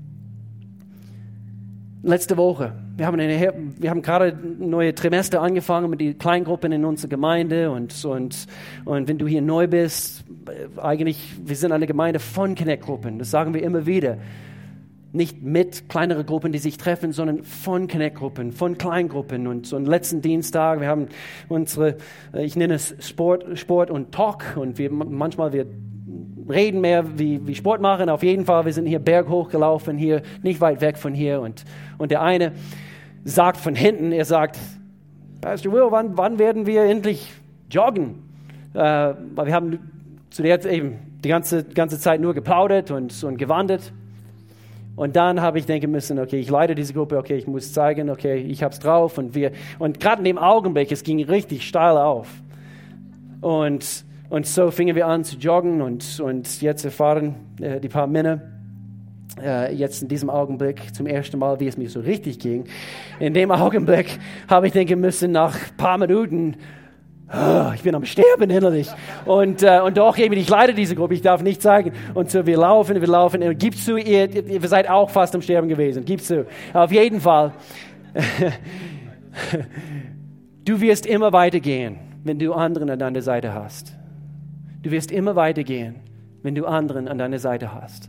Letzte Woche, wir haben, eine, wir haben gerade neue Trimester angefangen mit den Kleingruppen in unserer Gemeinde und, und, und wenn du hier neu bist, eigentlich, wir sind eine Gemeinde von Connect-Gruppen, das sagen wir immer wieder. Nicht mit kleineren Gruppen, die sich treffen, sondern von Connect-Gruppen, von Kleingruppen. Und so am letzten Dienstag, wir haben unsere, ich nenne es Sport, Sport und Talk und wir manchmal wir reden mehr wie, wie Sport machen. Auf jeden Fall, wir sind hier berghoch gelaufen, hier nicht weit weg von hier. Und, und der eine sagt von hinten, er sagt, Pastor Will, wann, wann werden wir endlich joggen? Äh, weil wir haben zu der eben die ganze, ganze Zeit nur geplaudert und, und gewandert. Und dann habe ich denken müssen, okay, ich leite diese Gruppe, okay, ich muss zeigen, okay, ich hab's drauf. Und wir, und gerade in dem Augenblick, es ging richtig steil auf. Und Und so fingen wir an zu joggen und, und jetzt erfahren äh, die paar Männer äh, jetzt in diesem Augenblick zum ersten Mal, wie es mir so richtig ging. In dem Augenblick habe ich denken müssen, nach ein paar Minuten, oh, ich bin am Sterben innerlich. Und, äh, und doch, eben, ich leite diese Gruppe, ich darf nicht sagen. Und so, wir laufen, wir laufen. Und gibst du, ihr, ihr seid auch fast am Sterben gewesen. Gibst du. Auf jeden Fall. Du wirst immer weitergehen, wenn du anderen an deiner Seite hast. Du wirst immer weitergehen, wenn du anderen an deiner Seite hast.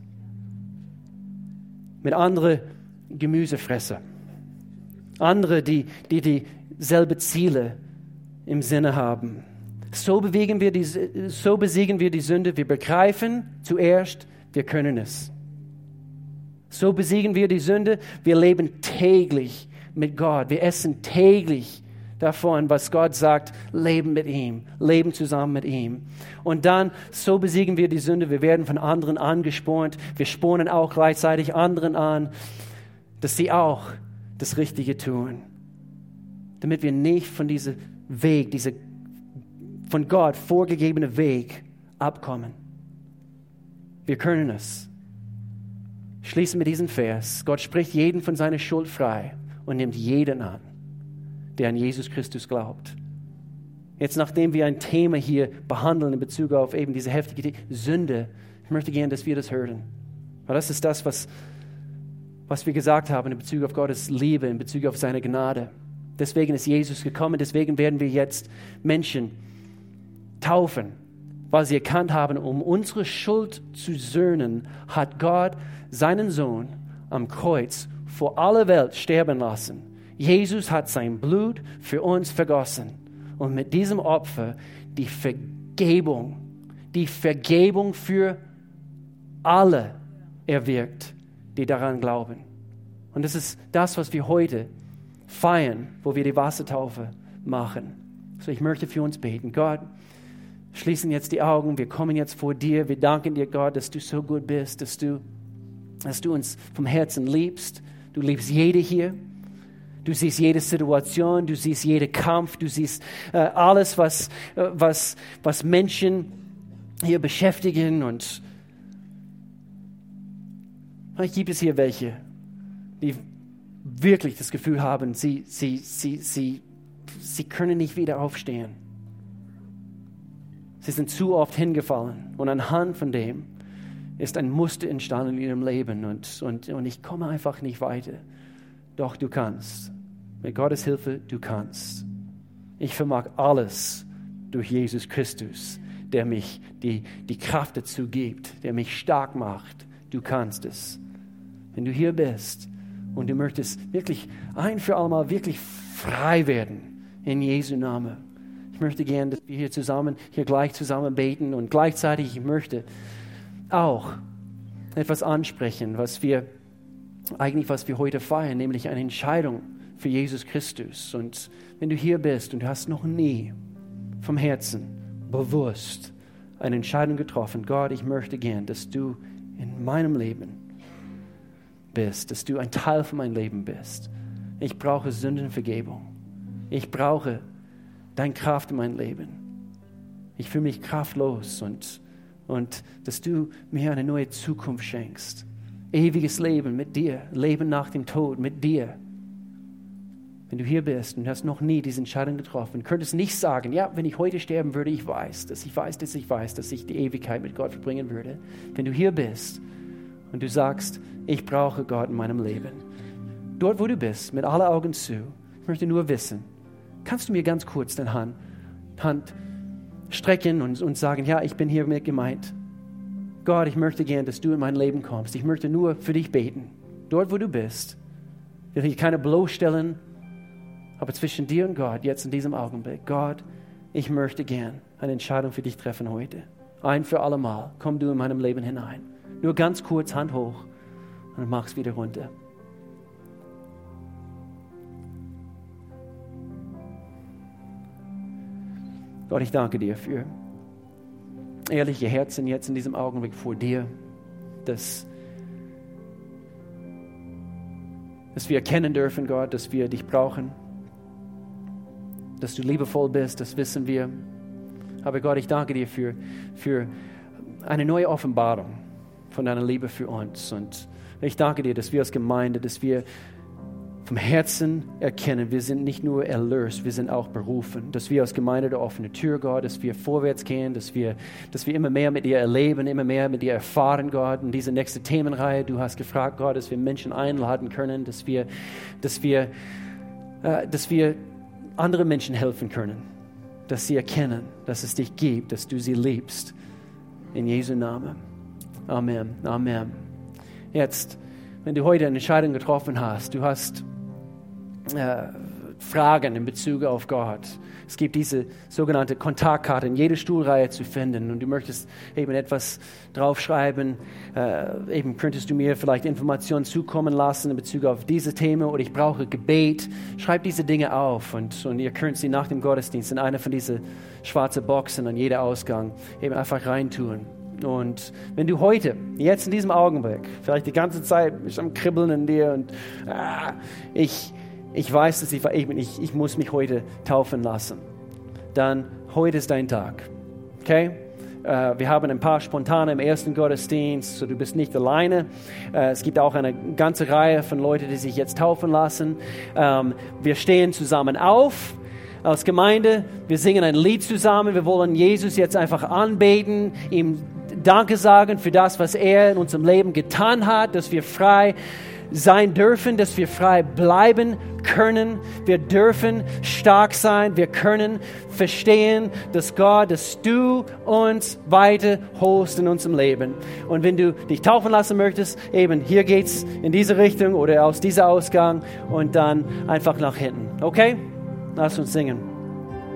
Mit anderen Gemüsefresser. Andere, die, die dieselbe Ziele im Sinne haben. So bewegen wir die, so besiegen wir die Sünde. Wir begreifen zuerst, wir können es. So besiegen wir die Sünde. Wir leben täglich mit Gott. Wir essen täglich davon, was Gott sagt, leben mit ihm, leben zusammen mit ihm. Und dann, so besiegen wir die Sünde, wir werden von anderen angespornt, wir spornen auch gleichzeitig anderen an, dass sie auch das Richtige tun, damit wir nicht von diesem Weg, dieser von Gott vorgegebene Weg abkommen. Wir können es. schließen mit diesem Vers. Gott spricht jeden von seiner Schuld frei und nimmt jeden an, der an Jesus Christus glaubt. Jetzt, nachdem wir ein Thema hier behandeln in Bezug auf eben diese heftige Sünde, ich möchte gerne, dass wir das hören. Weil das ist das, was, was wir gesagt haben in Bezug auf Gottes Liebe, in Bezug auf seine Gnade. Deswegen ist Jesus gekommen, deswegen werden wir jetzt Menschen taufen, weil sie erkannt haben, um unsere Schuld zu sühnen, hat Gott seinen Sohn am Kreuz vor aller Welt sterben lassen. Jesus hat sein Blut für uns vergossen. Und mit diesem Opfer die Vergebung, die Vergebung für alle erwirkt, die daran glauben. Und das ist das, was wir heute feiern, wo wir die Wassertaufe machen. So, ich möchte für uns beten. Gott, schließen jetzt die Augen, wir kommen jetzt vor dir, wir danken dir, Gott, dass du so gut bist, dass du, dass du uns vom Herzen liebst. Du liebst jede hier. Du siehst jede Situation, du siehst jeden Kampf, du siehst äh, alles, was, äh, was, was Menschen hier beschäftigen. Und vielleicht gibt es hier welche, die wirklich das Gefühl haben, sie, sie, sie, sie, sie können nicht wieder aufstehen. Sie sind zu oft hingefallen. Und anhand von dem ist ein Muster entstanden in ihrem Leben. Und, und, und ich komme einfach nicht weiter. Doch du kannst. Mit Gottes Hilfe, du kannst. Ich vermag alles durch Jesus Christus, der mich die, die Kraft dazu gibt, der mich stark macht. Du kannst es. Wenn du hier bist und du möchtest wirklich ein für alle Mal wirklich frei werden in Jesu Namen. Ich möchte gerne, dass wir hier zusammen, hier gleich zusammen beten und gleichzeitig ich möchte auch etwas ansprechen, was wir eigentlich, was wir heute feiern, nämlich eine Entscheidung für Jesus Christus. Und wenn du hier bist und du hast noch nie vom Herzen bewusst eine Entscheidung getroffen, Gott, ich möchte gern, dass du in meinem Leben bist, dass du ein Teil von meinem Leben bist. Ich brauche Sündenvergebung. Ich brauche deine Kraft in meinem Leben. Ich fühle mich kraftlos und, und dass du mir eine neue Zukunft schenkst. Ewiges Leben mit dir, Leben nach dem Tod mit dir. Wenn du hier bist und hast noch nie diese Entscheidung getroffen, könntest nicht sagen, ja, wenn ich heute sterben würde, ich weiß, dass ich weiß, dass ich weiß, dass ich die Ewigkeit mit Gott verbringen würde. Wenn du hier bist und du sagst, ich brauche Gott in meinem Leben, dort, wo du bist, mit allen Augen zu, ich möchte nur wissen, kannst du mir ganz kurz deine Hand, Hand strecken und, und sagen, ja, ich bin hier mit gemeint. Gott, ich möchte gern, dass du in mein Leben kommst. Ich möchte nur für dich beten. Dort, wo du bist, will ich keine bloßstellen, aber zwischen dir und Gott, jetzt in diesem Augenblick, Gott, ich möchte gern eine Entscheidung für dich treffen heute. Ein für alle Mal, komm du in meinem Leben hinein. Nur ganz kurz, Hand hoch und dann mach's wieder runter. Gott, ich danke dir für ehrliche Herzen jetzt in diesem Augenblick vor dir, dass, dass wir erkennen dürfen, Gott, dass wir dich brauchen. Dass du liebevoll bist, das wissen wir. Aber Gott, ich danke dir für, für eine neue Offenbarung von deiner Liebe für uns. Und ich danke dir, dass wir als Gemeinde, dass wir vom Herzen erkennen, wir sind nicht nur erlöst, wir sind auch berufen. Dass wir als Gemeinde der offene Tür, Gott, dass wir vorwärts gehen, dass wir, dass wir immer mehr mit dir erleben, immer mehr mit dir erfahren, Gott. Und diese nächste Themenreihe, du hast gefragt, Gott, dass wir Menschen einladen können, dass wir, dass wir, äh, dass wir andere Menschen helfen können, dass sie erkennen, dass es dich gibt, dass du sie liebst. In Jesu Namen. Amen. Amen. Jetzt, wenn du heute eine Entscheidung getroffen hast, du hast äh, Fragen in Bezug auf Gott. Es gibt diese sogenannte Kontaktkarte in jeder Stuhlreihe zu finden und du möchtest eben etwas draufschreiben. Äh, eben könntest du mir vielleicht Informationen zukommen lassen in Bezug auf diese Themen oder ich brauche Gebet. Schreib diese Dinge auf und, und ihr könnt sie nach dem Gottesdienst in eine von diesen schwarzen Boxen an jeder Ausgang eben einfach reintun. Und wenn du heute, jetzt in diesem Augenblick, vielleicht die ganze Zeit bist am Kribbeln in dir und ah, ich, ich weiß, dass ich, ich, ich muss mich heute taufen lassen, dann heute ist dein Tag. Okay? äh, wir haben ein paar Spontane im ersten Gottesdienst, so du bist nicht alleine. Äh, es gibt auch eine ganze Reihe von Leuten, die sich jetzt taufen lassen. Ähm, wir stehen zusammen auf als Gemeinde, wir singen ein Lied zusammen, wir wollen Jesus jetzt einfach anbeten, ihm Danke sagen für das, was er in unserem Leben getan hat, dass wir frei sein dürfen, dass wir frei bleiben können. Wir dürfen stark sein, wir können verstehen, dass Gott, dass du uns weiterholst in unserem Leben. Und wenn du dich taufen lassen möchtest, eben hier geht's in diese Richtung oder aus diesem Ausgang und dann einfach nach hinten. Okay? Lass uns singen.